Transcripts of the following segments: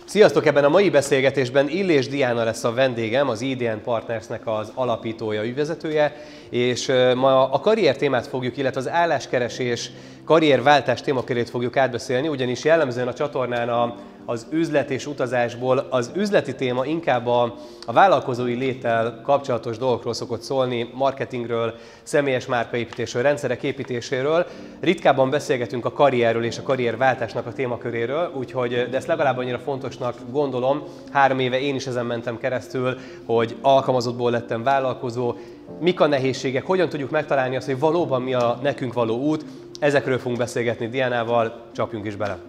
Sziasztok! Ebben a mai beszélgetésben Illés Diana lesz a vendégem, az IDN Partnersnek az alapítója, ügyvezetője, és ma a karrier témát fogjuk, illetve az álláskeresés, karrierváltás témakörét fogjuk átbeszélni, ugyanis jellemzően a csatornán az üzlet és utazásból az üzleti téma inkább a vállalkozói léttel kapcsolatos dolgokról szokott szólni, marketingről, személyes márkaépítésről, rendszerek építéséről. Ritkábban beszélgetünk a karrierről és a karrierváltásnak a témaköréről, de ezt legalább annyira fontosnak gondolom. 3 éve én is ezen mentem keresztül, hogy alkalmazottból lettem vállalkozó. Mik a nehézségek, hogyan tudjuk megtalálni azt, hogy valóban mi a nekünk való út. Ezekről fogunk beszélgetni Dianával, csapjunk is bele!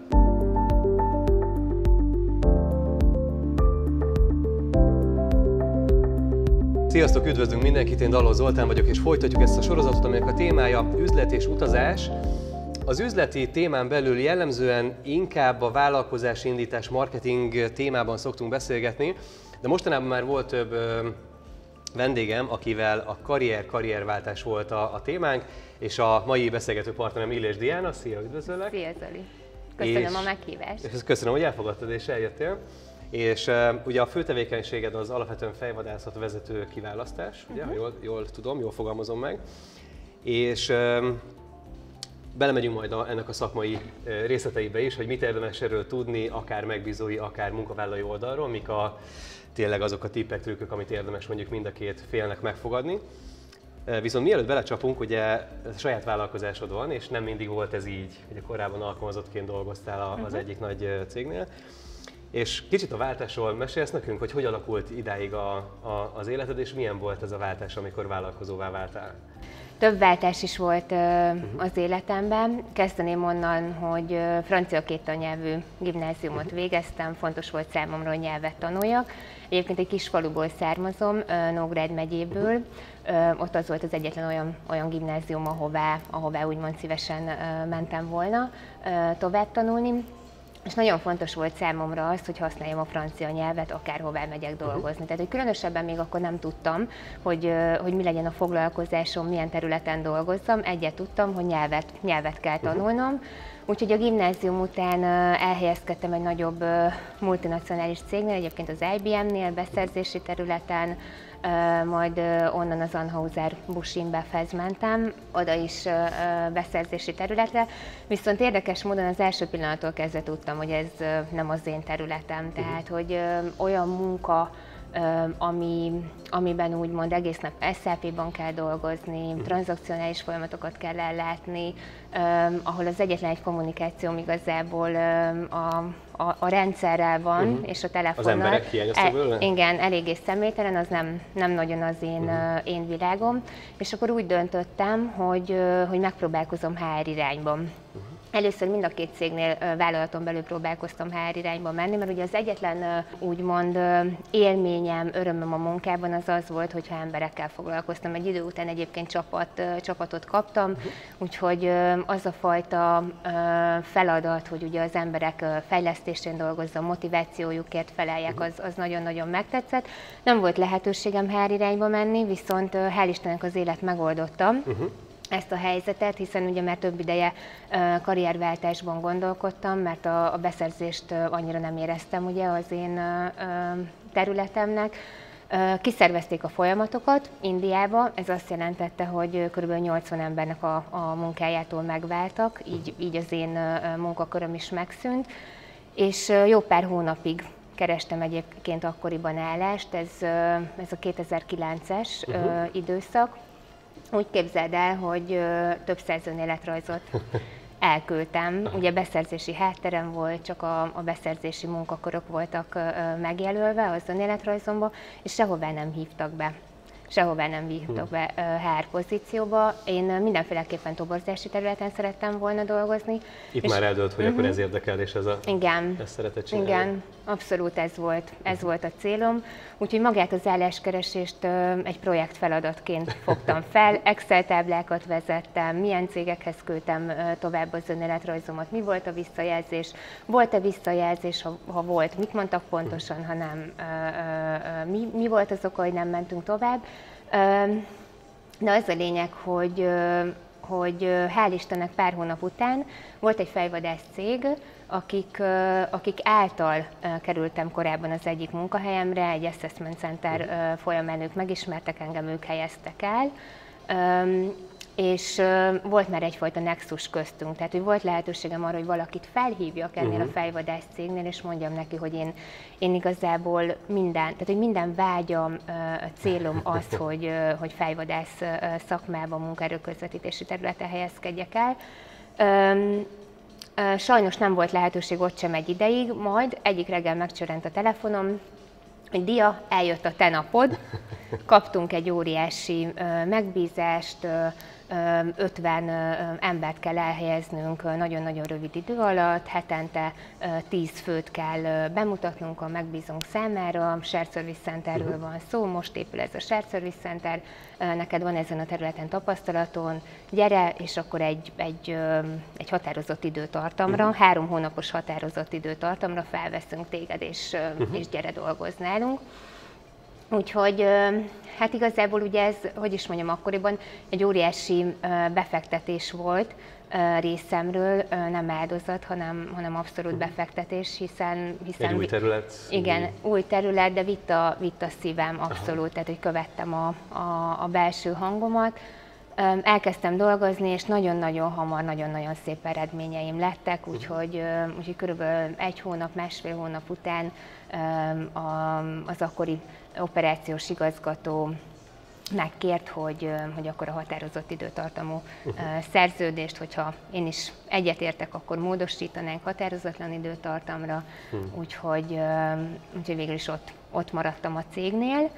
Sziasztok, üdvözlünk mindenkit, én Dalló Zoltán vagyok, és folytatjuk ezt a sorozatot, aminek a témája üzlet és utazás. Az üzleti témán belül jellemzően inkább a vállalkozási indítás, marketing témában szoktunk beszélgetni, de mostanában már volt több vendégem, akivel a karrierváltás volt a témánk, és a mai beszélgető partnerem Illés Diana. Szia, üdvözöllek! Szia, Zoli! Köszönöm a meghívást! Köszönöm, hogy elfogadtad és eljöttél. És ugye a fő tevékenységed az alapvetően fejvadászat vezető kiválasztás, ugye, jól tudom, jól fogalmazom meg, és belemegyünk majd ennek a szakmai részleteibe is, hogy mit érdemes erről tudni, akár megbízói, akár munkavállalói oldalról, mik tényleg azok a tippek, trükkök, amit érdemes mondjuk mind a két félnek megfogadni. Viszont mielőtt belecsapunk, ugye saját vállalkozásod van, és nem mindig volt ez így, ugye korábban alkalmazottként dolgoztál az egyik nagy cégnél. És kicsit a váltásról mesélsz nekünk, hogy alakult idáig az életed, és milyen volt ez a váltás, amikor vállalkozóvá váltál? Több váltás is volt az életemben. Kezdeném onnan, hogy francia kétanyelvű gimnáziumot végeztem, fontos volt számomra, hogy nyelvet tanuljak. Egyébként egy kis faluból származom, Nógrád megyéből. Ott az volt az egyetlen olyan gimnázium, ahová úgymond szívesen mentem volna tovább tanulni. És nagyon fontos volt számomra az, hogy használjam a francia nyelvet, akárhová megyek dolgozni. Tehát, hogy különösebben még akkor nem tudtam, hogy mi legyen a foglalkozásom, milyen területen dolgozzam. Egyet tudtam, hogy nyelvet kell tanulnom. Úgyhogy a gimnázium után elhelyezkedtem egy nagyobb multinacionális cégnél, egyébként az IBM-nél, beszerzési területen, majd onnan az Anheuser-Busch-InBevhez mentem, oda is beszerzési területre, viszont érdekes módon az első pillanattól kezdve tudtam, hogy ez nem az én területem, tehát hogy olyan munka, amiben úgymond egész nap SAP-ban kell dolgozni, tranzakcionális folyamatokat kell ellátni, ahol az egyetlen egy kommunikációm igazából a rendszerrel van, és a telefonnal. Az emberek hiányoztak belőle? Igen, eléggé személytelen, az nem nagyon az én világom. És akkor úgy döntöttem, hogy megpróbálkozom HR irányban. Először mind a két cégnél vállalaton belül próbálkoztam HR irányba menni, mert ugye az egyetlen úgymond élményem, örömöm a munkában az volt, hogyha emberekkel foglalkoztam. Egy idő után egyébként csapatot kaptam, úgyhogy az a fajta feladat, hogy ugye az emberek fejlesztésén dolgozzam, motivációjukért feleljek, az nagyon-nagyon megtetszett. Nem volt lehetőségem HR irányba menni, viszont hál' Istennek az élet megoldotta ezt a helyzetet, hiszen ugye már több ideje karrierváltásban gondolkodtam, mert a beszerzést annyira nem éreztem ugye az én területemnek. Kiszervezték a folyamatokat Indiába, ez azt jelentette, hogy kb. 80 embernek a munkájától megváltak, így az én munkaköröm is megszűnt, és jó pár hónapig kerestem egyébként akkoriban állást, ez a 2009-es időszak. Úgy képzeld el, hogy több száz önéletrajzot elküldtem. Ugye beszerzési hátterem volt, csak a beszerzési munkakörök voltak megjelölve az önéletrajzomba, és sehová nem hívtak be. HR pozícióba. Én mindenféleképpen toborzási területen szerettem volna dolgozni. Itt már eldőlt, hogy akkor ez érdekel, és ezt szeretett csinálni. Igen, abszolút ez volt a célom. Úgyhogy magát az álláskeresést egy projektfeladatként fogtam fel, Excel táblákat vezettem, milyen cégekhez küldtem tovább az önéletrajzomat, mi volt a visszajelzés, volt-e visszajelzés, ha volt, mit mondtak pontosan, ha nem, mi volt az oka, hogy nem mentünk tovább. De az a lényeg, hogy hogy hál' Istennek pár hónap után volt egy fejvadász cég, akik által kerültem korábban az egyik munkahelyemre, egy assessment center folyamán ők megismertek engem, ők helyeztek el, és volt már egyfajta nexus köztünk, tehát hogy volt lehetőségem arra, hogy valakit felhívjak ennél a fejvadász cégnél, és mondjam neki, hogy én igazából minden vágyam, célom az, hogy fejvadász szakmában, munkaerőközvetítési területen helyezkedjek el. Sajnos nem volt lehetőség ott sem egy ideig, majd egyik reggel megcsörrent a telefonom, hogy Dia, eljött a te napod, kaptunk egy óriási megbízást, 50 embert kell elhelyeznünk nagyon-nagyon rövid idő alatt, hetente 10 főt kell bemutatnunk a megbízónk számára, Shared Service Centerről van szó, most épül ez a Shared Service Center, neked van ezen a területen tapasztalaton, gyere, és akkor egy határozott időtartamra, 3 hónapos határozott időtartamra felveszünk téged, és gyere dolgozz nálunk. Úgyhogy hát igazából ugye ez, hogy is mondjam, akkoriban egy óriási befektetés volt részemről, nem áldozat, hanem abszolút befektetés, hiszen egy új terület. Igen, új terület, de vitt a szívem abszolút, tehát hogy követtem a belső hangomat. Elkezdtem dolgozni, és nagyon-nagyon hamar, nagyon-nagyon szép eredményeim lettek, úgyhogy körülbelül 1 hónap, másfél hónap után az akkori operációs igazgató megkért, hogy akkor a határozott időtartamú szerződést, hogyha én is egyetértek, akkor módosítanánk határozatlan időtartamra, úgyhogy végül is ott maradtam a cégnél.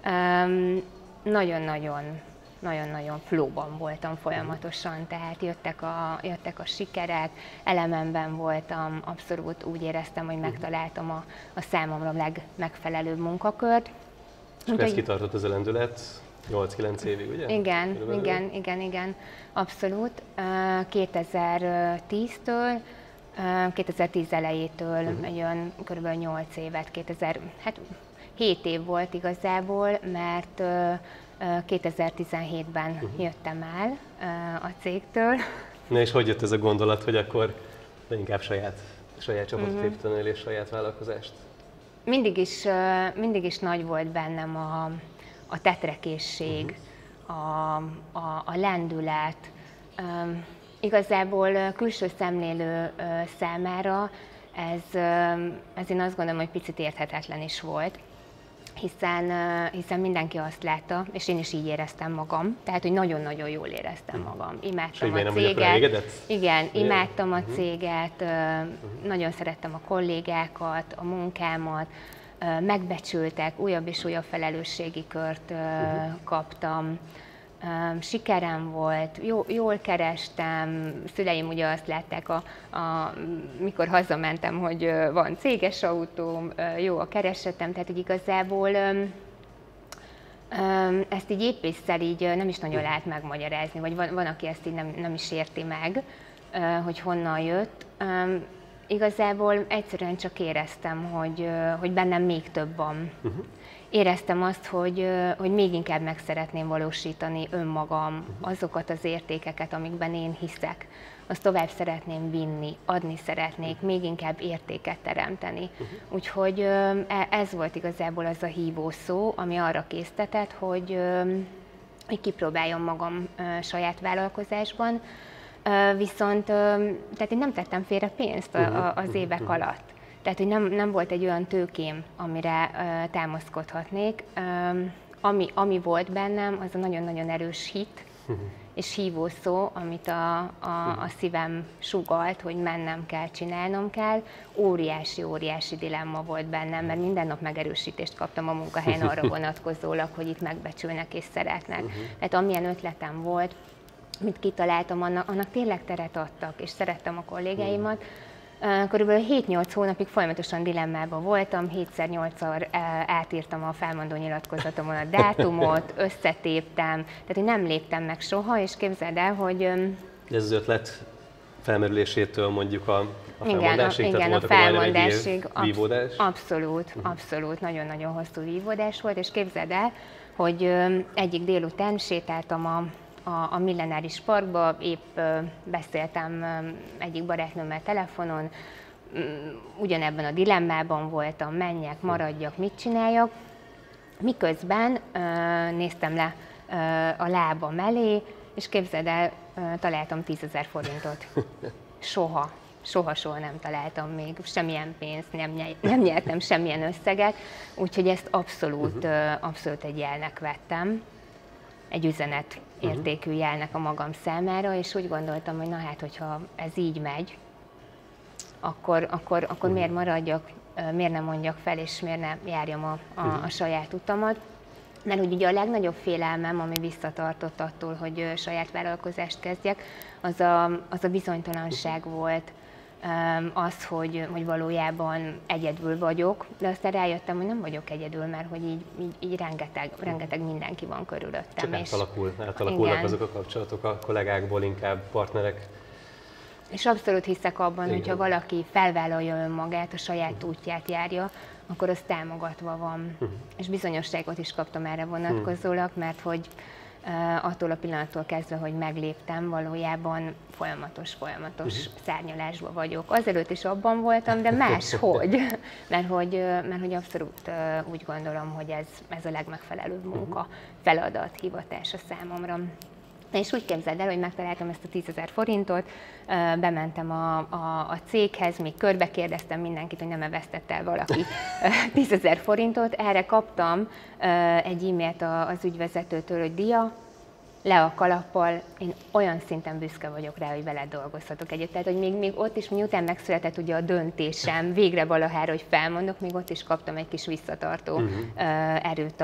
Nagyon-nagyon flowban voltam folyamatosan, tehát jöttek a sikerek, elememben voltam, abszolút úgy éreztem, hogy megtaláltam a számomra legmegfelelőbb munkakört. És ez kitartott az a lendület 8-9 évig, ugye? Igen, abszolút. 2010-től, 2010 elejétől egy olyan kb. 8 évet, 7 év volt igazából, mert 2017-ben jöttem el a cégtől. Na és hogy jött ez a gondolat, hogy akkor inkább saját csapatot építenél és saját vállalkozást? Mindig is nagy volt bennem a tetrekészség, a lendület. Igazából külső szemlélő számára ez én azt gondolom, hogy picit érthetetlen is volt. Hiszen mindenki azt látta, és én is így éreztem magam, tehát hogy nagyon-nagyon jól éreztem magam. Imádtam a céget. Igen, imádtam a céget, nagyon szerettem a kollégákat, a munkámat, megbecsültek, újabb és újabb felelősségi kört kaptam. Sikerem volt, jól kerestem, szüleim ugye azt látták, mikor hazamentem, hogy van céges autóm, jó a keresetem, tehát hogy igazából ezt így épésszel így nem is nagyon lehet megmagyarázni, vagy van aki ezt így nem is érti meg, hogy honnan jött. Igazából egyszerűen csak éreztem, hogy bennem még több van. Éreztem azt, hogy még inkább meg szeretném valósítani önmagam, azokat az értékeket, amikben én hiszek. Azt tovább szeretném vinni, adni szeretnék, még inkább értéket teremteni. Úgyhogy ez volt igazából az a hívó szó, ami arra késztetett, hogy kipróbáljam magam saját vállalkozásban. Viszont tehát én nem tettem félre pénzt az évek alatt. Tehát, hogy nem volt egy olyan tőkém, amire támaszkodhatnék. Ami volt bennem, az a nagyon-nagyon erős hit és hívó szó, amit a szívem sugalt, hogy mennem kell, csinálnom kell. Óriási dilemma volt bennem, mert minden nap megerősítést kaptam a munkahelyen arra vonatkozólag, hogy itt megbecsülnek és szeretnek. Tehát amilyen ötletem volt, mit kitaláltam, annak tényleg teret adtak, és szerettem a kollégáimat. Körülbelül 7-8 hónapig folyamatosan dilemmában voltam, 7-8-szor átírtam a felmondó nyilatkozatomon a dátumot, összetéptem, tehát én nem léptem meg soha, és képzeld el, hogy... Ez az ötlet felmerülésétől mondjuk a felmondásig? Igen, a felmondásig. Vívódás? Abszolút, nagyon-nagyon hosszú vívódás volt, és képzeld el, hogy egyik délután sétáltam a Millenáris Parkba, épp beszéltem egyik barátnőmmel telefonon, ugyanebben a dilemmában voltam, menjek, maradjak, mit csináljak. Miközben néztem le a lábam elé, és képzeld el, találtam 10 000 forintot. Soha nem találtam még semmilyen pénzt, nem nyertem semmilyen összeget, úgyhogy ezt abszolút egy jelnek vettem, egy üzenet értékű jelnek a magam számára, és úgy gondoltam, hogy na hát, hogyha ez így megy, akkor miért maradjak, miért nem mondjak fel, és miért nem járjam a saját utamat. Mert ugye a legnagyobb félelmem, ami visszatartott attól, hogy saját vállalkozást kezdjek, az a bizonytalanság volt, az, hogy valójában egyedül vagyok, de aztán rájöttem, hogy nem vagyok egyedül, mert hogy így rengeteg mindenki van körülöttem. Csak átalakulnak azok a kapcsolatok a kollégákból, inkább partnerek. És abszolút hiszek abban, hogyha valaki felvállalja önmagát, a saját útját járja, akkor az támogatva van. És bizonyosságot is kaptam erre vonatkozólag, mert hogy attól a pillanattól kezdve, hogy megléptem, valójában folyamatos szárnyalásban vagyok. Azelőtt is abban voltam, de máshogy, mert hogy abszolút úgy gondolom, hogy ez a legmegfelelőbb munka, feladat, hivatás a számomra. És úgy képzeld el, hogy megtaláltam ezt a 10 000 forintot, bementem a céghez, még körbekérdeztem mindenkit, hogy nem vesztett el valaki 10 000 forintot. Erre kaptam egy e-mailt az ügyvezetőtől, hogy Dia, le a kalappal, én olyan szinten büszke vagyok rá, hogy veled dolgozhatok együtt. Tehát, hogy még ott is, miután megszületett ugye a döntésem, végre valahára, hogy felmondok, még ott is kaptam egy kis visszatartó erőt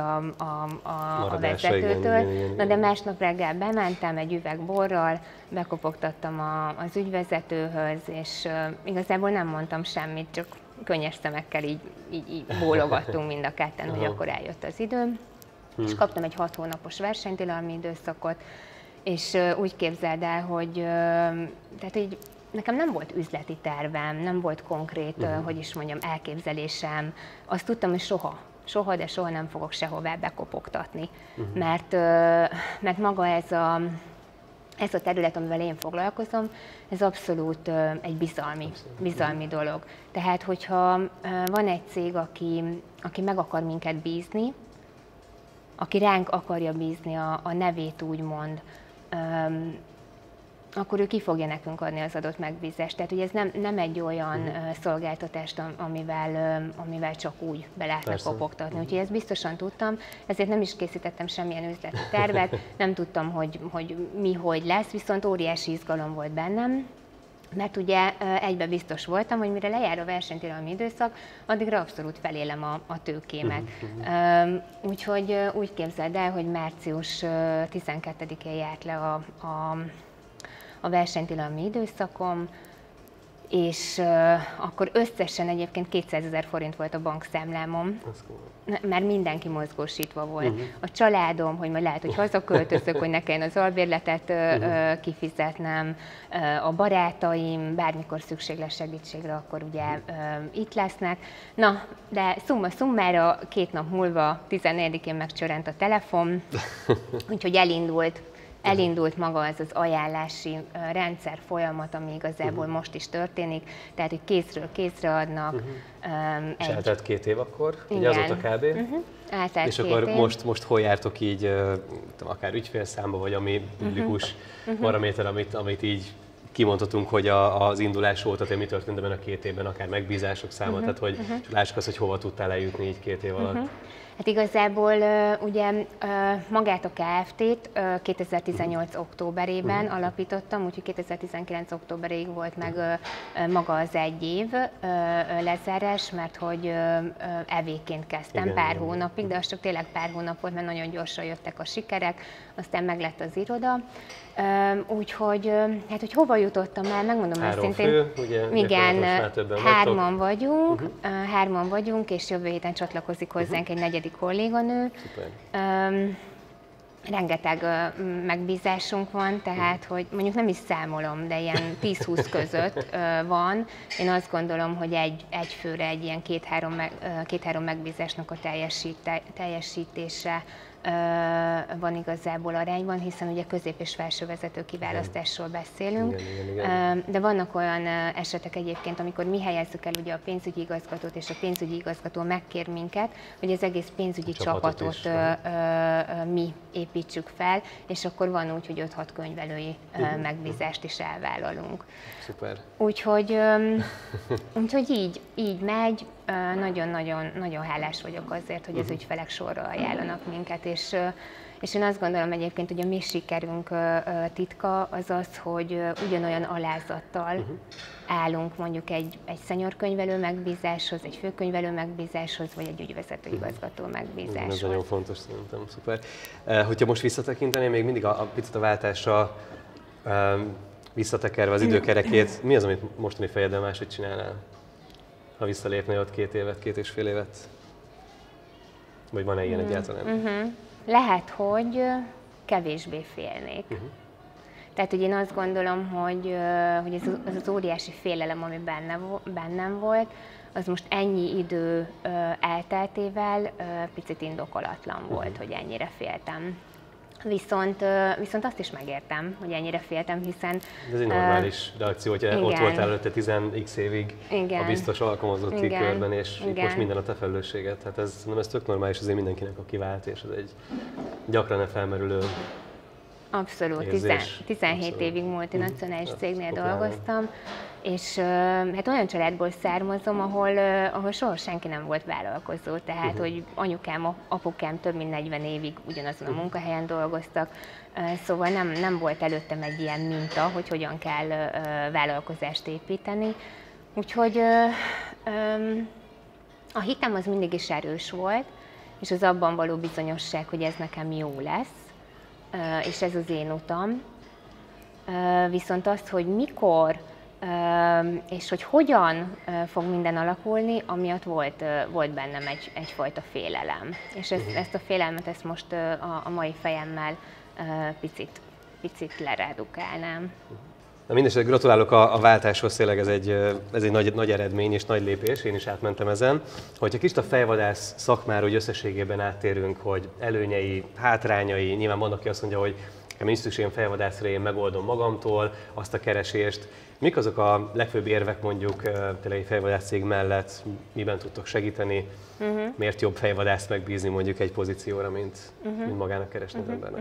a vezetőtől. Igen. Na de másnap reggel bementem egy üveg borral, bekopogtattam az ügyvezetőhöz, és igazából nem mondtam semmit, csak könnyes szemekkel így bólogattunk mind a ketten, hogy akkor eljött az idő. És kaptam egy 6 hónapos versenytilalmi időszakot, és úgy képzeld el, hogy tehát így nekem nem volt üzleti tervem, nem volt konkrét, hogy is mondjam, elképzelésem. Azt tudtam, hogy soha nem fogok sehová bekopogtatni, mert maga ez a terület, amivel én foglalkozom, ez abszolút egy bizalmi dolog. Tehát, hogyha van egy cég, aki meg akar minket bízni, aki ránk akarja bízni a nevét úgymond, akkor ő ki fogja nekünk adni az adott megbízást. Tehát ugye ez nem egy olyan szolgáltatást, amivel csak úgy be lehetne kopogtatni. Úgyhogy ezt biztosan tudtam, ezért nem is készítettem semmilyen üzleti tervet, nem tudtam, hogy mi, hogy lesz, viszont óriási izgalom volt bennem. Mert ugye egyben biztos voltam, hogy mire lejár a versenytilalmi időszak, addigra abszolút felélem a tőkémet. Úgyhogy úgy képzeld el, hogy március 12-én járt le a versenytilalmi időszakom, és akkor összesen egyébként 200 000 forint volt a bankszámlámon, mert mindenki mozgósítva volt. A családom, hogy majd lehet, hogy hazaköltözök, hogy ne kelljen az albérletet kifizetnem, a barátaim, bármikor szükség lesz segítségre, akkor ugye itt lesznek. Na, de szumma szummára 2 nap múlva, 14-én megcsörrent a telefon, úgyhogy elindult maga ez az ajánlási rendszer folyamat, ami igazából most is történik, tehát hogy kézről kézre adnak. És eltelt 2 év akkor, ugye azóta kb. Eltelt és akkor most hol jártok így, akár ügyfélszámba, vagy ami publikus paraméter, amit így kimondhatunk, hogy az indulás óta mi történt ebben a 2 évben, akár megbízások száma, tehát hogy lássuk azt, hogy hova tudtál eljutni így 2 év alatt. Hát igazából ugye magát a Kft-t 2018. októberében alapítottam, úgyhogy 2019. októberig volt meg maga az 1 év lezárás, mert hogy EV-ként kezdtem pár hónapig, de az csak tényleg pár hónap volt, mert nagyon gyorsan jöttek a sikerek, aztán meglett az iroda. Úgyhogy, hát hogy hova jutottam el, megmondom őszintén. Fő, ugye, igen, 3-an vagyunk, és jövő héten csatlakozik hozzánk egy 4. kolléganő. Rengeteg megbízásunk van, tehát, hogy mondjuk nem is számolom, de ilyen 10-20 között van. Én azt gondolom, hogy egy főre egy ilyen 2-3 megbízásnak a teljesítése van igazából arányban, hiszen ugye közép- és felsővezető kiválasztásról beszélünk. Igen. De vannak olyan esetek egyébként, amikor mi helyezzük el ugye a pénzügyi igazgatót, és a pénzügyi igazgató megkér minket, hogy az egész pénzügyi csapatot mi építsük fel, és akkor van úgy, hogy 5-6 könyvelői megbízást is elvállalunk. Szuper. Úgyhogy így megy. Nagyon hálás vagyok azért, hogy az ügyfelek sorra ajánlanak minket, és én azt gondolom egyébként, hogy a mi sikerünk titka az az, hogy ugyanolyan alázattal állunk mondjuk egy senior könyvelő megbízáshoz, egy főkönyvelő megbízáshoz, vagy egy ügyvezető igazgató megbízáshoz. Ez nagyon fontos szerintem, szuper. Hogyha most visszatekintenél, még mindig a picit a váltásra visszatekerve az időkerekét, mi az, amit mostani fejedben máshogy csinálnál? Ha visszalépnél ott 2 évet, 2,5 évet? Vagy van-e ilyen egyáltalán? Lehet, hogy kevésbé félnék. Tehát, hogy én azt gondolom, hogy ez az óriási félelem, ami bennem volt, az most ennyi idő elteltével picit indokolatlan volt, hogy ennyire féltem. Viszont azt is megértem, hogy ennyire féltem, hiszen... Ez egy normális reakció, hogy ott voltál előtte 10x évig a biztos alkalmazotti körben, és itt most minden a te felelősséged. Hát ez tök normális azért mindenkinek, aki vált, és ez egy gyakran felmerülő Abszolút, érzés. 17 évig multinacionális cégnél dolgoztam, és hát olyan családból származom, ahol soha senki nem volt vállalkozó, tehát hogy anyukám, apukám több mint 40 évig ugyanazon a munkahelyen dolgoztak, szóval nem volt előttem egy ilyen minta, hogy hogyan kell vállalkozást építeni. Úgyhogy a hitem az mindig is erős volt, és az abban való bizonyosság, hogy ez nekem jó lesz, és ez az én utam. Viszont azt, hogy mikor és hogy hogyan fog minden alakulni, amiatt volt bennem egyfajta félelem. És ezt a félelmet most a mai fejemmel picit leredukálnám. Na mindesetre gratulálok a váltáshoz, tényleg ez egy nagy eredmény és nagy lépés, én is átmentem ezen. Hogyha kicsit a fejvadász szakmára úgy összességében áttérünk, hogy előnyei, hátrányai, nyilván van, aki azt mondja, hogy nekem nincs szükségem fejvadászra, én megoldom magamtól azt a keresést. Mik azok a legfőbb érvek mondjuk tényleg egy fejvadász cég mellett, miben tudtok segíteni? Miért jobb fejvadászt megbízni mondjuk egy pozícióra, mint magának keresni az embernek?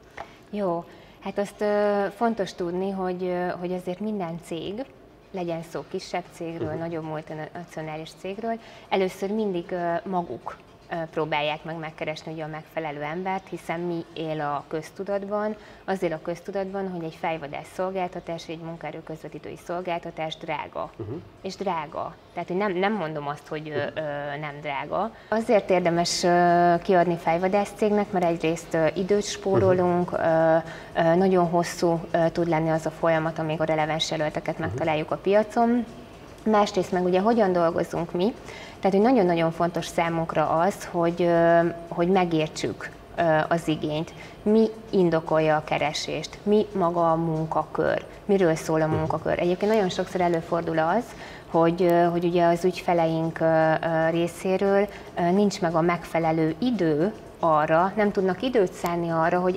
Jó. Hát azt fontos tudni, hogy azért minden cég, legyen szó kisebb cégről, nagyobb multinacionális cégről, először mindig maguk próbálják meg megkeresni ugye a megfelelő embert, hiszen mi él a köztudatban, az él a köztudatban, hogy egy fejvadász szolgáltatás, egy munkaerő közvetítői szolgáltatás drága. És drága. Tehát én nem mondom azt, hogy nem drága. Azért érdemes kiadni fejvadász cégnek, mert egyrészt időt spórolunk, nagyon hosszú tud lenni az a folyamat, amíg a releváns jelölteket megtaláljuk a piacon. Másrészt meg ugye hogyan dolgozunk mi, tehát hogy nagyon-nagyon fontos számunkra az, hogy megértsük az igényt, mi indokolja a keresést, mi maga a munkakör, miről szól a munkakör. Egyébként nagyon sokszor előfordul az, hogy ugye az ügyfeleink részéről nincs meg a megfelelő idő arra, nem tudnak időt szánni arra, hogy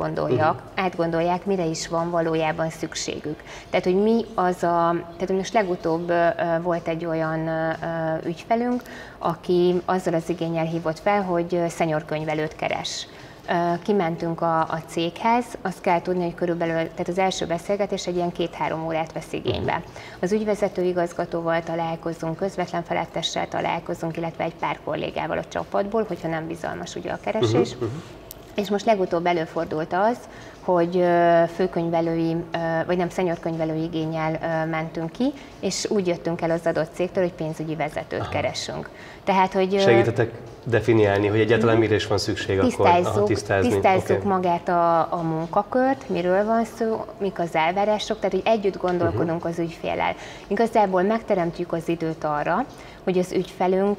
átgondolják, mire is van valójában szükségük. Tehát, hogy tehát most legutóbb volt egy olyan ügyfelünk, aki azzal az igénnyel hívott fel, hogy senior könyvelőt keres. Kimentünk a céghez, azt kell tudni, hogy körülbelül, tehát az első beszélgetés egy ilyen 2-3 órát vesz igénybe. Az ügyvezető igazgatóval találkozunk, közvetlen felettessel találkozunk, illetve egy pár kollégával a csapatból, hogyha nem bizalmas ugye a keresés. És most legutóbb előfordult az, hogy főkönyvelői, vagy nem senior könyvelői igénnyel mentünk ki, és úgy jöttünk el az adott cégtől, hogy pénzügyi vezetőt keresünk. Tehát, hogy segítetek definiálni, hogy egyáltalán mire is van szükség tisztázzuk magát a munkakört, miről van szó, mik az elvárások, tehát hogy együtt gondolkodunk az ügyféllel. Igazából megteremtjük az időt arra, hogy az ügyfelünk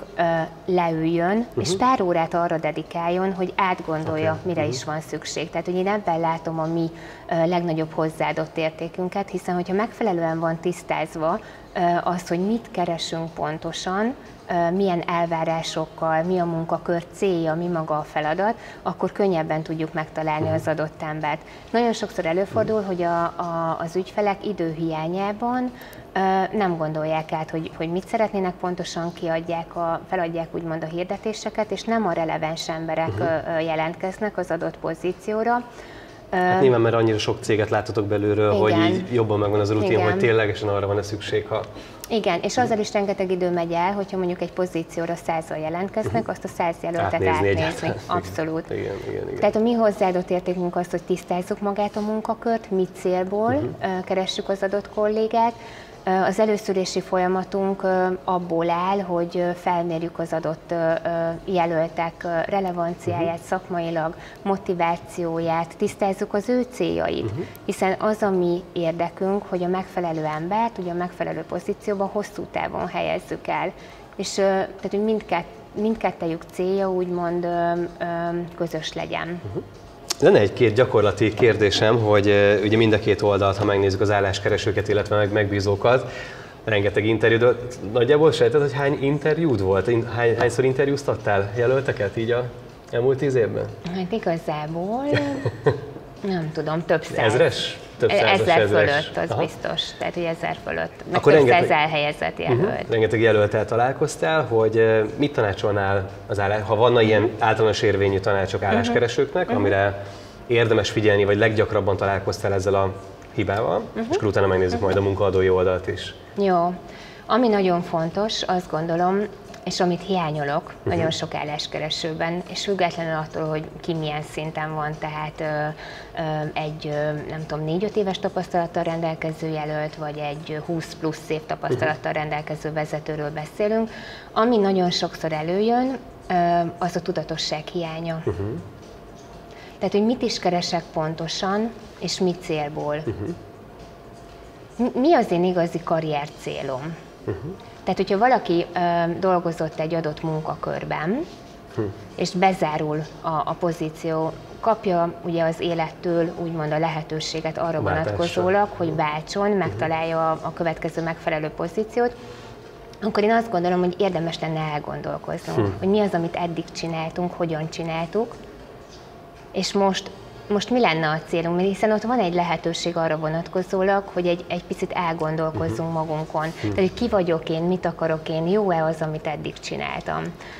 leüljön, és pár órát arra dedikáljon, hogy átgondolja, mire is van szükség. Tehát, hogy én ebben látom a mi legnagyobb hozzáadott értékünket, hiszen hogyha megfelelően van tisztázva az, hogy mit keresünk pontosan, milyen elvárásokkal, mi a munkakör célja, mi maga a feladat, akkor könnyebben tudjuk megtalálni az adott embert. Nagyon sokszor előfordul, hogy az ügyfelek időhiányában nem gondolják át, hogy mit szeretnének pontosan, feladják úgymond a hirdetéseket, és nem a releváns emberek jelentkeznek az adott pozícióra. Hát nyilván, mert annyira sok céget látotok belülről, igen, hogy így jobban megvan az a rutin, igen, hogy ténylegesen arra van-e szükség, ha... Igen, és azzal is rengeteg idő megy el, hogyha mondjuk egy pozícióra 100-al jelentkeznek, azt a 100 jelöltet átnézni. Abszolút. Igen. Tehát a mi hozzáadott értékünk az, hogy tisztázzuk magát a munkakört, mi célból keressük az adott kollégát. Az előszűrési folyamatunk abból áll, hogy felmérjük az adott jelöltek relevanciáját, szakmailag, motivációját, tisztázzuk az ő céljait, hiszen az a mi érdekünk, hogy a megfelelő embert, ugye a megfelelő pozícióban hosszú távon helyezzük el. És tehát, hogy mindkettejük célja úgymond közös legyen. Lenne egy-két gyakorlati kérdésem, hogy ugye mind a két oldalt, ha megnézzük az álláskeresőket, illetve megbízókat, rengeteg interjú, de nagyjából sejted, hogy hány interjúd volt? Hányszor interjúztattál jelölteket így a elmúlt 10 évben? Hát igazából nem tudom, több száz. Ezres? Több százas, ezer fölött, az biztos. Tehát, hogy 1000 fölött. Meg akkor több száz elhelyezett jelölt. Rengeteg jelölttel találkoztál, hogy mit tanácsolnál, ha vannak ilyen általános érvényű tanácsok álláskeresőknek, amire érdemes figyelni, vagy leggyakrabban találkoztál ezzel a hibával, és akkor utána megnézzük majd a munkaadói oldalt is. Jó. Ami nagyon fontos, azt gondolom, és amit hiányolok nagyon sok álláskeresőben, és függetlenül attól, hogy ki milyen szinten van, tehát egy, nem tudom, 4-5 éves tapasztalattal rendelkező jelölt, vagy egy 20 plusz év tapasztalattal rendelkező vezetőről beszélünk, ami nagyon sokszor előjön, az a tudatosság hiánya. Tehát, hogy mit is keresek pontosan, és mi célból. Mi az én igazi karrier célom? Tehát, hogyha valaki dolgozott egy adott munkakörben, és bezárul a pozíció, kapja ugye az élettől úgymond a lehetőséget arra vonatkozólag, hogy váltson, megtalálja a következő megfelelő pozíciót, akkor én azt gondolom, hogy érdemes lenne elgondolkoznunk, hogy mi az, amit eddig csináltunk, hogyan csináltuk, és most mi lenne a célunk, mert hiszen ott van egy lehetőség arra vonatkozólag, hogy egy picit elgondolkozzunk magunkon. Tehát, hogy ki vagyok én, mit akarok én, jó-e az, amit eddig csináltam.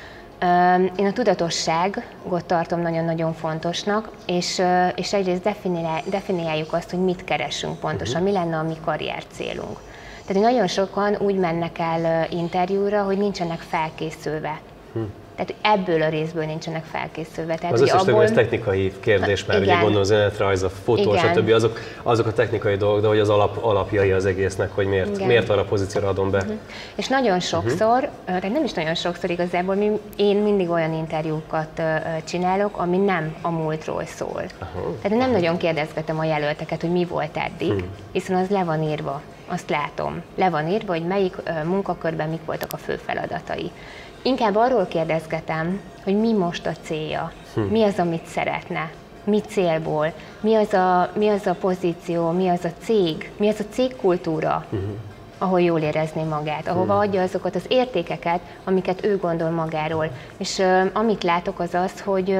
Én a tudatosságot tartom nagyon-nagyon fontosnak, és egyrészt definiáljuk azt, hogy mit keresünk pontosan, mi lenne a mi karrier célunk. Tehát nagyon sokan úgy mennek el interjúra, hogy nincsenek felkészülve. Tehát ebből a részből nincsenek felkészülve. Tehát, az összes többi, ez technikai kérdés, mert ugye gondolom az önéletrajz, a fotó, stb. Azok a technikai dolgok, de hogy az alapjai az egésznek, hogy miért arra a pozícióra adom be. És nagyon sokszor, tehát nem is nagyon sokszor igazából, én mindig olyan interjúkat csinálok, ami nem a múltról szól. Tehát nem nagyon kérdezgetem a jelölteket, hogy mi volt eddig, hiszen az le van írva, azt látom. Le van írva, hogy melyik munkakörben mik voltak a fő feladatai. Inkább arról kérdezgetem, hogy mi most a célja, mi az, amit szeretne, mi célból, mi az a pozíció, mi az a cég, mi az a cégkultúra, ahol jól érezni magát, ahova adja azokat az értékeket, amiket ő gondol magáról. És amit látok az az, hogy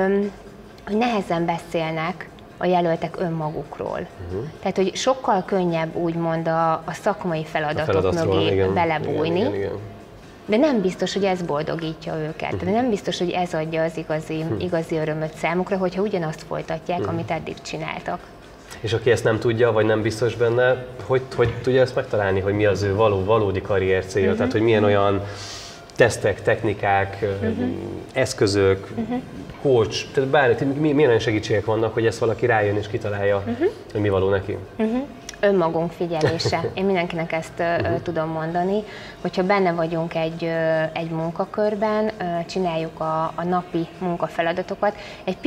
nehezen beszélnek a jelöltek önmagukról. Tehát, hogy sokkal könnyebb úgymond a szakmai feladatok mögé belebújni, igen. De nem biztos, hogy ez boldogítja őket. De nem biztos, hogy ez adja az igazi örömöt számukra, hogyha ugyanazt folytatják, amit eddig csináltak. És aki ezt nem tudja, vagy nem biztos benne, hogy tudja ezt megtalálni, hogy mi az ő valódi karrier célja? Tehát, hogy milyen olyan tesztek, technikák, eszközök, coach, tehát milyen olyan segítségek vannak, hogy ezt valaki rájön és kitalálja, hogy mi való neki? Önmagunk figyelése. Én mindenkinek ezt tudom mondani, hogyha benne vagyunk egy munkakörben, csináljuk a napi munkafeladatokat, egy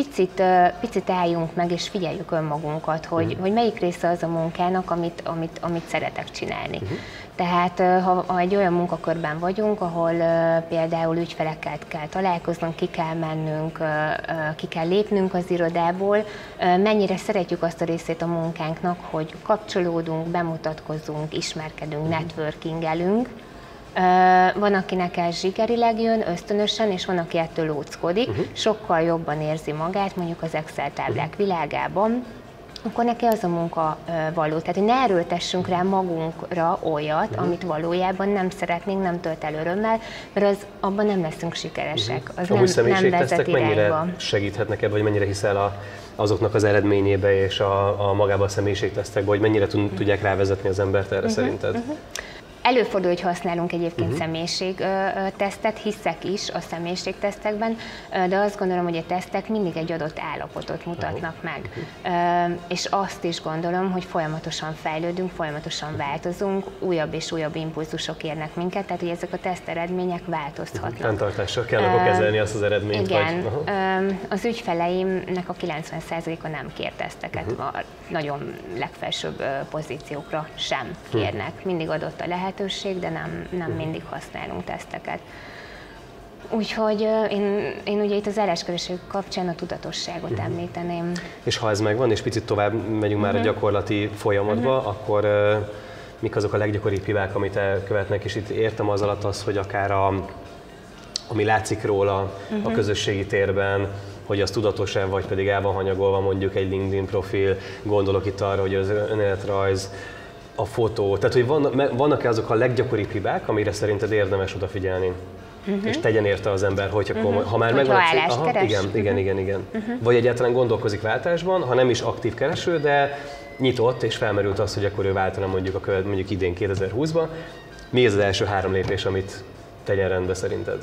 picit álljunk meg és figyeljük önmagunkat, hogy melyik része az a munkának, amit szeretek csinálni. Tehát ha egy olyan munkakörben vagyunk, ahol például ügyfelekkel kell találkoznunk, ki kell mennünk, ki kell lépnünk az irodából, mennyire szeretjük azt a részét a munkánknak, hogy kapcsolódunk, bemutatkozunk, ismerkedünk, networkingelünk. Van, akinek ez zsigerileg jön, ösztönösen, és van, aki ettől lóckodik, sokkal jobban érzi magát, mondjuk az Excel táblák világában, akkor neki az a munka való. Tehát, hogy ne erőltessünk rá magunkra olyat, amit valójában nem szeretnénk, nem tölt el örömmel, mert abban nem leszünk sikeresek. Az nem vezet irányba. Mennyire segíthetnek ebben, vagy mennyire hiszel azoknak az eredményébe és a magába a személyiségtesztekbe, hogy mennyire tudják rávezetni az embert erre szerinted? Előfordul, hogy használunk egyébként személyiségtesztet, hiszek is a személyiségtesztekben, de azt gondolom, hogy a tesztek mindig egy adott állapotot mutatnak meg. És azt is gondolom, hogy folyamatosan fejlődünk, folyamatosan változunk, újabb és újabb impulzusok érnek minket, tehát hogy ezek a teszt eredmények változhatnak. Fenntartással kell akkor kezelni azt az eredményt. Igen. Az ügyfeleimnek a 90%-a nem kér teszteket, nagyon legfelsőbb pozíciókra sem kérnek. Mindig adott a lehetőség, de nem mindig használunk teszteket. Úgyhogy én ugye itt az álláskereső kapcsán a tudatosságot említeném. És ha ez megvan, és picit tovább megyünk már a gyakorlati folyamatba, akkor mik azok a leggyakoribb hibák, amit elkövetnek, és itt értem az alatt az, hogy akár ami látszik róla a közösségi térben, hogy az tudatos-e, vagy pedig el van hanyagolva mondjuk egy LinkedIn profil, gondolok itt arra, hogy az önéletrajz, a fotó, tehát hogy vannak-e azok a leggyakoribb hibák, amire szerinted érdemes odafigyelni? És tegyen érte az ember, hogy akkor, ha már megvan igen. Vagy egyáltalán gondolkozik váltásban, ha nem is aktív kereső, de nyitott és felmerült az, hogy akkor ő váltana mondjuk idén 2020-ban. Mi ez az első 3 lépés, amit tegyen rendbe szerinted?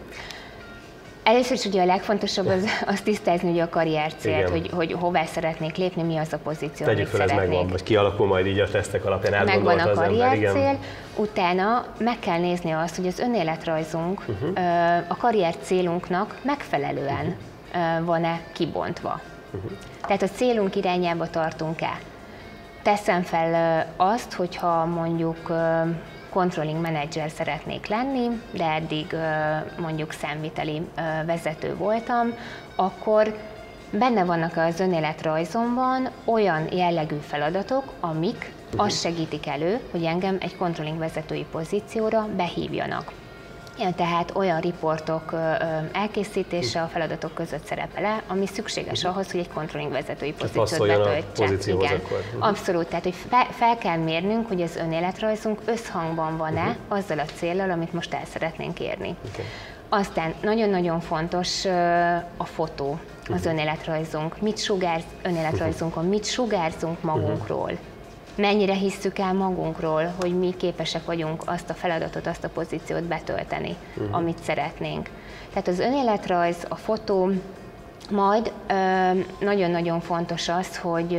Először is ugye a legfontosabb az tisztázni ugye a karrier célt, hogy hová szeretnék lépni, mi az a pozíció, amit szeretnék. Ez megvan, vagy kialakul majd így a tesztek alapján, átgondolta az ember. Megvan a karrier cél, utána meg kell nézni azt, hogy az önéletrajzunk a karrier célunknak megfelelően van-e kibontva. Tehát a célunk irányába tartunk-e. Teszem fel azt, hogyha mondjuk controlling manager szeretnék lenni, de eddig mondjuk számviteli vezető voltam, akkor benne vannak az önéletrajzomban olyan jellegű feladatok, amik azt segítik elő, hogy engem egy controlling vezetői pozícióra behívjanak. Tehát olyan riportok elkészítése a feladatok között szerepel, ami szükséges ahhoz, hogy egy controlling vezetői pozíciót betöltse. Igen, abszolút. Tehát, hogy fel kell mérnünk, hogy az önéletrajzunk összhangban van-e azzal a céllal, amit most el szeretnénk érni. Aztán nagyon-nagyon fontos a fotó, az önéletrajzunk. Önéletrajzunkon mit sugárzunk magunkról? Mennyire hisszük el magunkról, hogy mi képesek vagyunk azt a feladatot, azt a pozíciót betölteni, amit szeretnénk. Tehát az önéletrajz, a fotó, majd nagyon-nagyon fontos az,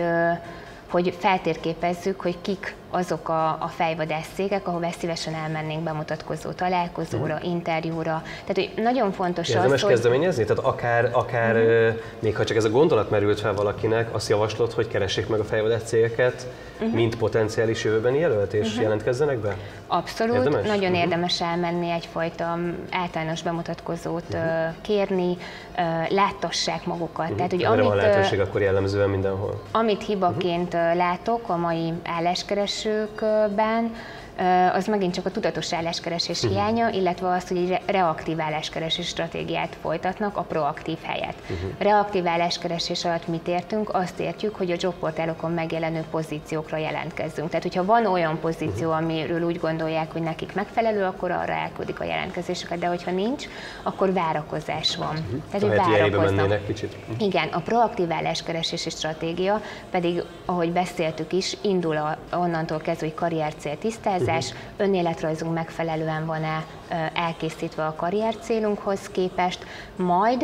hogy feltérképezzük, hogy kik azok a fejvadászcégek, ahová szívesen elmennénk bemutatkozó találkozóra, interjúra. Tehát, hogy nagyon fontos érdemes kezdeményezni? Tehát akár még ha csak ez a gondolat merült fel valakinek, azt javaslod, hogy keressék meg a fejvadászcégeket, mint potenciális jövőbeni jelölt, és jelentkezzenek be? Abszolút. Érdemes? Nagyon érdemes elmenni egyfajta általános bemutatkozót kérni, láttassák magukat. Tehát, hogy amit, van lehetőség akkor jellemzően mindenhol. Amit hibaként látok a mai álláskeresőkben, az megint csak a tudatos álláskeresés hiánya, illetve az, hogy egy reaktív álláskeresés stratégiát folytatnak a proaktív helyett. Reaktív álláskeresés alatt mit értünk? Azt értjük, hogy a jobportálokon megjelenő pozíciókra jelentkezzünk. Tehát, hogyha van olyan pozíció, amiről úgy gondolják, hogy nekik megfelelő, akkor arra elküldik a jelentkezéseket, de hogyha nincs, akkor várakozás van. Tehát, hogy várakoznak. Igen, a proaktív álláskeresési stratégia pedig, ahogy beszéltük is, indul onnantól kezdve, hogy karriercél tisztázás, önéletrajzunk megfelelően van-e elkészítve a karriercélunkhoz képest, majd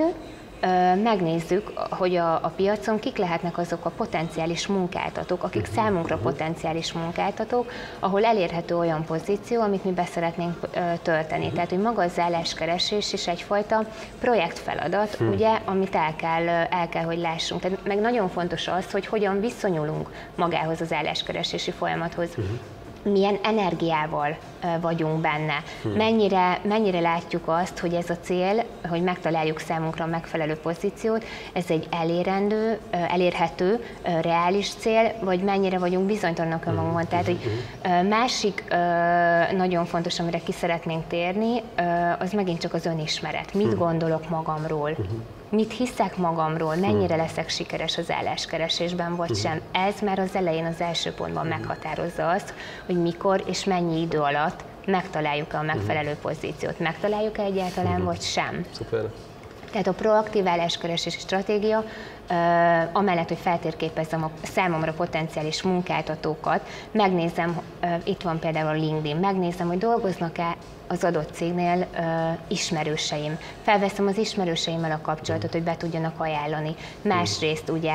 megnézzük, hogy a piacon kik lehetnek azok a potenciális munkáltatók, akik számunkra potenciális munkáltatók, ahol elérhető olyan pozíció, amit mi be szeretnénk tölteni. Tehát, hogy maga az álláskeresés is egyfajta projektfeladat, ugye, amit el kell, hogy lássunk. Tehát meg nagyon fontos az, hogy hogyan viszonyulunk magához az álláskeresési folyamathoz. milyen energiával vagyunk benne. Mennyire látjuk azt, hogy ez a cél, hogy megtaláljuk számunkra a megfelelő pozíciót, ez egy elérhető, reális cél, vagy mennyire vagyunk bizonytalanok önmagunkban. Tehát, hogy másik nagyon fontos, amire ki szeretnénk térni, az megint csak az önismeret. Mit gondolok magamról? Mit hiszek magamról, mennyire leszek sikeres az álláskeresésben, vagy sem. Ez már az elején, az első pontban meghatározza azt, hogy mikor és mennyi idő alatt megtaláljuk-e a megfelelő pozíciót. Megtaláljuk-e egyáltalán, vagy sem. Szuper. Tehát a proaktív álláskeresési stratégia, amellett, hogy feltérképezzem a számomra potenciális munkáltatókat, megnézem, itt van például a LinkedIn, megnézem, hogy dolgoznak-e az adott cégnél ismerőseim. Felveszem az ismerőseimmel a kapcsolatot, hogy be tudjanak ajánlani. Másrészt ugye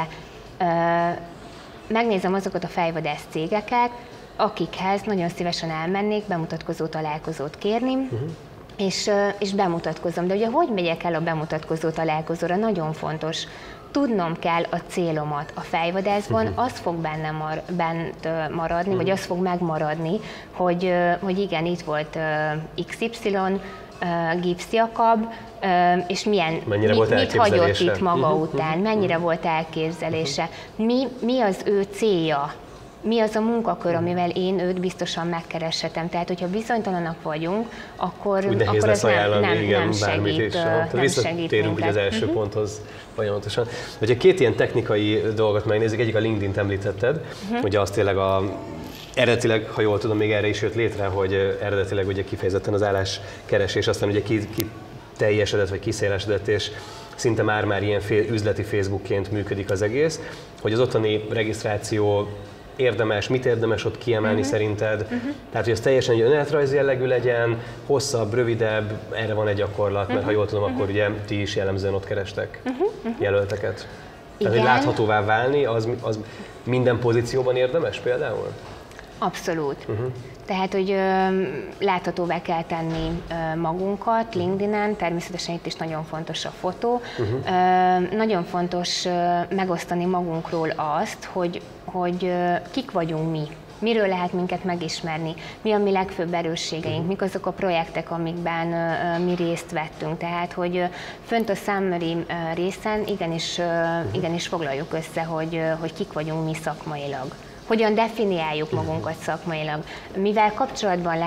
megnézem azokat a fejvadász cégeket, akikhez nagyon szívesen elmennék bemutatkozó találkozót kérni, és bemutatkozom. De ugye hogy megyek el a bemutatkozó találkozóra? Nagyon fontos. Tudnom kell a célomat a fejvadászban, az fog bent maradni, vagy az fog megmaradni, hogy igen, itt volt XY, Gibbs Jakab, és mit hagyott itt maga után, mennyire volt elképzelése, mi az ő célja, mi az a munkakör, amivel én őt biztosan megkereshetem. Tehát, hogyha bizonytalanak vagyunk, akkor ez nem segít. Visszatérünk az első ponthoz folyamatosan. Hogyha két ilyen technikai dolgot megnézzük, egyik a LinkedIn-t említetted, ugye az tényleg eredetileg, ha jól tudom, még erre is jött létre, hogy eredetileg ugye kifejezetten az álláskeresés, aztán ugye teljesedett vagy kiszélesedett, és szinte már ilyen üzleti Facebookként működik az egész, hogy az ottani regisztráció érdemes, mit érdemes ott kiemelni szerinted? Tehát, hogy ez teljesen egy önéletrajzi jellegű legyen, hosszabb, rövidebb, erre van egy gyakorlat, mert ha jól tudom, akkor ugye ti is jellemzően ott kerestek jelölteket. Tehát, hogy láthatóvá válni, az minden pozícióban érdemes például? Abszolút. Tehát, hogy láthatóvá kell tenni magunkat LinkedIn-en, természetesen itt is nagyon fontos a fotó. Nagyon fontos megosztani magunkról azt, hogy kik vagyunk mi. Miről lehet minket megismerni, mi a mi legfőbb erősségeink, mik azok a projektek, amikben mi részt vettünk. Tehát, hogy fönt a summary részen igenis foglaljuk össze, hogy kik vagyunk mi szakmailag. Hogyan definiáljuk magunkat szakmailag, mivel kapcsolatban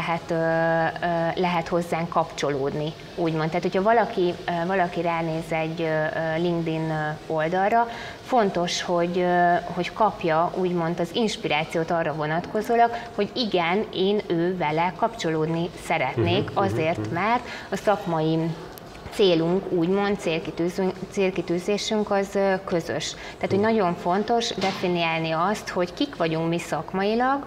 lehet hozzánk kapcsolódni, úgymond. Tehát, hogyha valaki ránéz egy LinkedIn oldalra, fontos, hogy kapja úgymond az inspirációt arra vonatkozólag, hogy igen, én vele kapcsolódni szeretnék, azért, mert a szakmai célunk, úgymond célkitűzésünk az közös. Tehát, hogy nagyon fontos definiálni azt, hogy kik vagyunk mi szakmailag,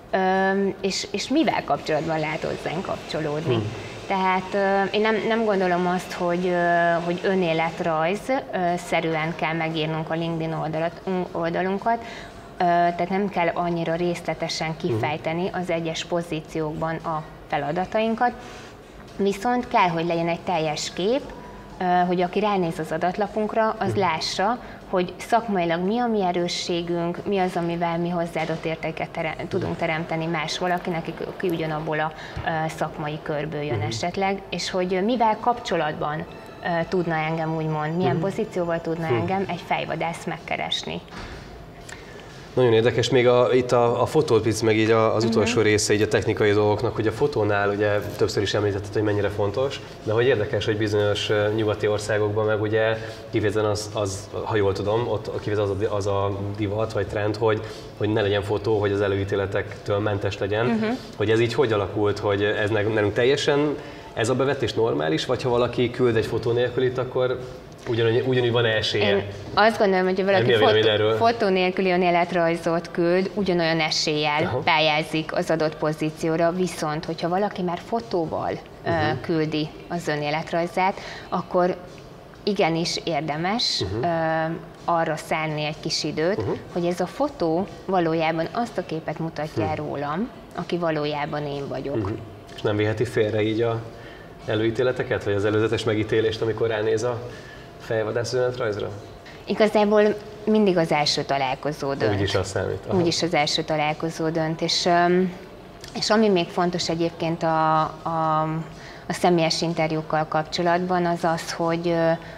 és mivel kapcsolatban lehet hozzánk kapcsolódni. Tehát én nem gondolom azt, hogy önéletrajz-szerűen kell megírnunk a LinkedIn oldalunkat, tehát nem kell annyira részletesen kifejteni az egyes pozíciókban a feladatainkat, viszont kell, hogy legyen egy teljes kép, hogy aki ránéz az adatlapunkra, az lássa, hogy szakmailag mi a mi erősségünk, mi az, amivel mi hozzáadott értéket tudunk teremteni más valakinek, aki ugyanabból a szakmai körből jön esetleg, és hogy mivel kapcsolatban tudna engem úgymond, milyen pozícióval tudna engem egy fejvadász megkeresni. Nagyon érdekes, még itt a fotót, meg így az utolsó része így a technikai dolgoknak, hogy a fotónál ugye többször is említetted, hogy mennyire fontos, de hogy érdekes, hogy bizonyos nyugati országokban meg ugye kifejezetten az, ha jól tudom, ott kifejezetten az a divat vagy trend, hogy ne legyen fotó, hogy az előítéletektől mentes legyen. Hogy ez így hogy alakult, hogy ez nekünk teljesen ez a bevetés normális, vagy ha valaki küld egy fotó nélkülit, akkor ugyanúgy van esélye? Én azt gondolom, hogy ha valaki fotó nélküli önéletrajzot küld, ugyanolyan eséllyel pályázik az adott pozícióra, viszont hogyha valaki már fotóval küldi az önéletrajzát, akkor igenis érdemes arra szánni egy kis időt, hogy ez a fotó valójában azt a képet mutatja rólam, aki valójában én vagyok. És nem viheti félre így a előítéleteket, vagy az előzetes megítélést, amikor ránéz a fejvadász önéletrajzra? Igazából mindig az első találkozó dönt. Úgyis az számít. Úgyis az első találkozó dönt, és És ami még fontos egyébként a személyes interjúkkal kapcsolatban, az az, hogy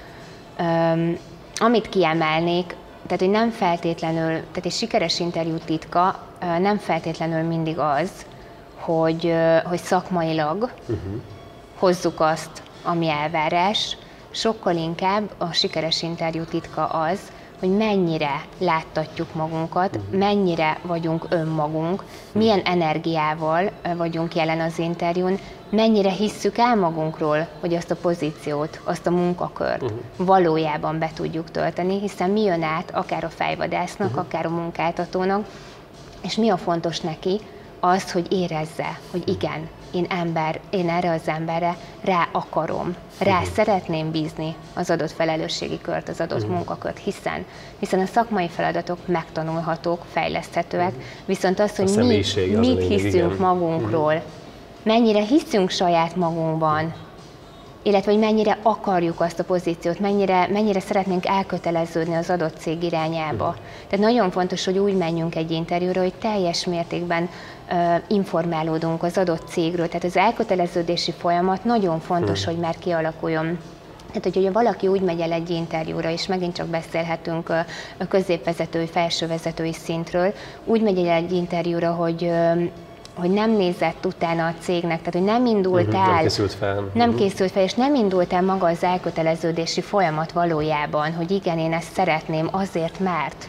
amit kiemelnék, tehát hogy nem feltétlenül, tehát egy sikeres interjú titka nem feltétlenül mindig az, hogy szakmailag hozzuk azt, ami elvárás, sokkal inkább a sikeres interjú titka az, hogy mennyire láttatjuk magunkat, mennyire vagyunk önmagunk, milyen energiával vagyunk jelen az interjún, mennyire hisszük el magunkról, hogy azt a pozíciót, azt a munkakört valójában be tudjuk tölteni, hiszen mi jön át akár a fejvadásznak, akár a munkáltatónak, és mi a fontos neki, az, hogy érezze, hogy igen, én ember, én erre az emberre rá akarom, rá szeretném bízni az adott felelősségi kört, az adott munkakört, hiszen a szakmai feladatok megtanulhatók, fejleszthetőek, viszont az, hogy mit hiszünk magunkról, mennyire hiszünk saját magunkban, illetve hogy mennyire akarjuk azt a pozíciót, mennyire szeretnénk elköteleződni az adott cég irányába. Tehát nagyon fontos, hogy úgy menjünk egy interjúra, hogy teljes mértékben informálódunk az adott cégről. Tehát az elköteleződési folyamat nagyon fontos, hogy már kialakuljon. Tehát, hogyha valaki úgy megy el egy interjúra, és megint csak beszélhetünk a középvezetői, felsővezetői szintről, úgy megy el egy interjúra, hogy nem nézett utána a cégnek, tehát hogy nem indult el, nem készült fel, és nem indult el maga az elköteleződési folyamat valójában, hogy igen, én ezt szeretném azért, mert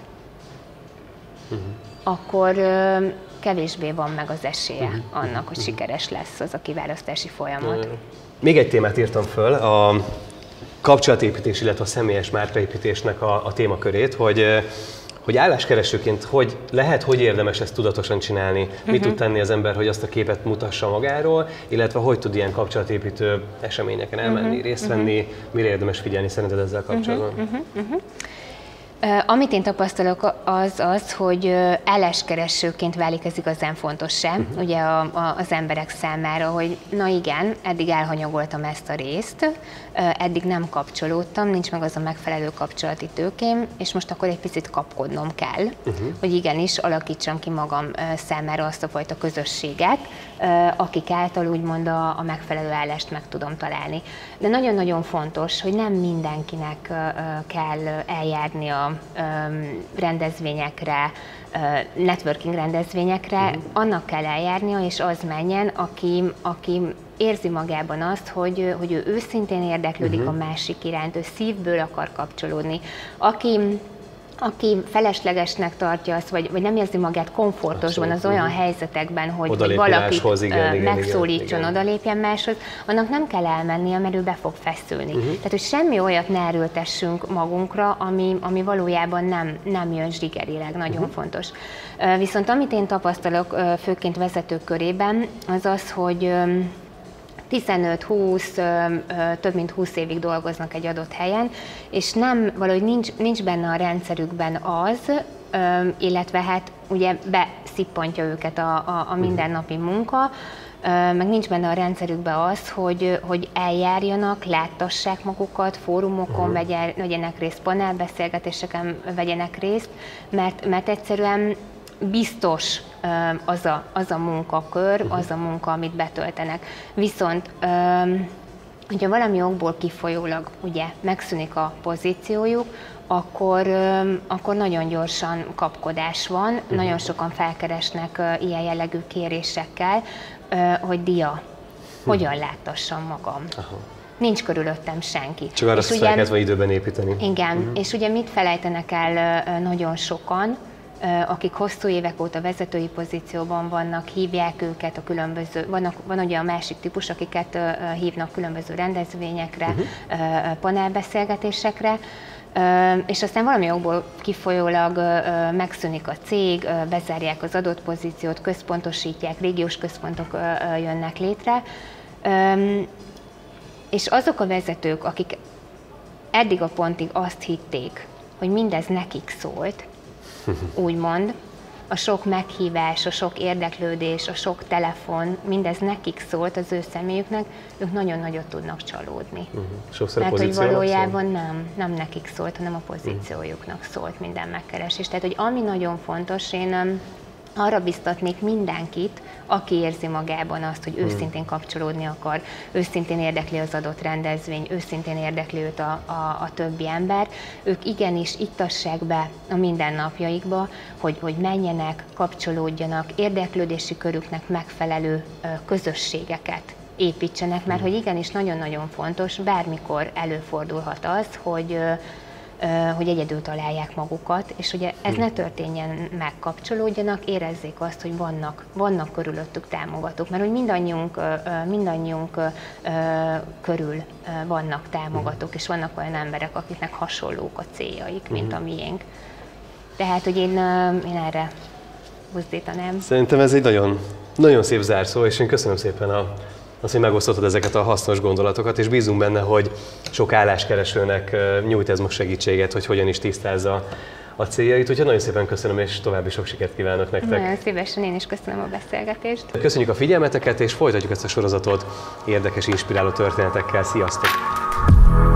akkor kevésbé van meg az esélye annak, hogy sikeres lesz az a kiválasztási folyamat. Még egy témát írtam föl, a kapcsolatépítés, illetve a személyes márkaépítésnek a témakörét, hogy álláskeresőként hogy érdemes ezt tudatosan csinálni, mit tud tenni az ember, hogy azt a képet mutassa magáról, illetve hogy tud ilyen kapcsolatépítő eseményeken elmenni, részt venni, mire érdemes figyelni szerinted ezzel kapcsolatban? Amit én tapasztalok, az, hogy álláskeresőként válik ez igazán fontossá, ugye az emberek számára, hogy na igen, eddig elhanyagoltam ezt a részt, eddig nem kapcsolódtam, nincs meg az a megfelelő kapcsolati tőkém, és most akkor egy picit kapkodnom kell, hogy igenis alakítsam ki magam számára azt a fajta közösséget, akik által úgymond a megfelelő állást meg tudom találni. De nagyon-nagyon fontos, hogy nem mindenkinek kell eljárni a rendezvényekre, networking rendezvényekre, annak kell eljárnia, és az menjen, aki érzi magában azt, hogy ő őszintén érdeklődik a másik iránt, ő szívből akar kapcsolódni. Aki feleslegesnek tartja azt, vagy nem érzi magát komfortosban az olyan helyzetekben, hogy valakit megszólítson, odalépjen máshoz, annak nem kell elmennie, mert ő be fog feszülni. Tehát, hogy semmi olyat ne erőltessünk magunkra, ami valójában nem jön zsigerileg, nagyon fontos. Viszont amit én tapasztalok főként vezetők körében, az az, hogy 15-20, több mint 20 évig dolgoznak egy adott helyen, és valahogy nincs benne a rendszerükben az, illetve hát ugye beszippantja őket a mindennapi munka, meg nincs benne a rendszerükben az, hogy eljárjanak, láttassák magukat, fórumokon vegyenek részt, panelbeszélgetéseken vegyenek részt, mert egyszerűen biztos az a munkakör, az a munka, amit betöltenek. Viszont, hogyha valami okból kifolyólag ugye megszűnik a pozíciójuk, akkor nagyon gyorsan kapkodás van, nagyon sokan felkeresnek ilyen jellegű kérésekkel, hogy dia, hogyan láttassam magam. Nincs körülöttem senki. Csak arra felkeltve időben építeni. Igen, és ugye mit felejtenek el nagyon sokan, akik hosszú évek óta vezetői pozícióban vannak, hívják őket a különböző, van ugye a másik típus, akiket hívnak különböző rendezvényekre, panelbeszélgetésekre, és aztán valami okból kifolyólag megszűnik a cég, bezárják az adott pozíciót, központosítják, régiós központok jönnek létre, és azok a vezetők, akik eddig a pontig azt hitték, hogy mindez nekik szólt, úgymond, a sok meghívás, a sok érdeklődés, a sok telefon, mindez nekik szólt az ő személyüknek, ők nagyon nagyot tudnak csalódni. Sokszor mert hogy valójában nem nekik szólt, hanem a pozíciójuknak szólt minden megkeresés. Tehát, hogy ami nagyon fontos, én arra biztatnék mindenkit, aki érzi magában azt, hogy őszintén kapcsolódni akar, őszintén érdekli az adott rendezvény, őszintén érdekli őt a többi ember, ők igenis iktassák be a mindennapjaikba, hogy menjenek, kapcsolódjanak, érdeklődési körüknek megfelelő közösségeket építsenek, mert hogy igenis nagyon-nagyon fontos, bármikor előfordulhat az, hogy egyedül találják magukat, és hogy ez ne történjen meg, kapcsolódjanak, érezzék azt, hogy vannak körülöttük támogatók, mert hogy mindannyiunk körül vannak támogatók, és vannak olyan emberek, akiknek hasonlók a céljaik, mint a miénk. Tehát, hogy én erre buzdítanám. Szerintem ez egy nagyon, nagyon szép zárszó, és én köszönöm szépen azt, hogy megosztottad ezeket a hasznos gondolatokat, és bízunk benne, hogy sok álláskeresőnek nyújt ez most segítséget, hogy hogyan is tisztázza a céljait. Úgyhogy nagyon szépen köszönöm, és további sok sikert kívánok nektek. Nagyon szívesen, én is köszönöm a beszélgetést. Köszönjük a figyelmeteket, és folytatjuk ezt a sorozatot érdekes, inspiráló történetekkel. Sziasztok!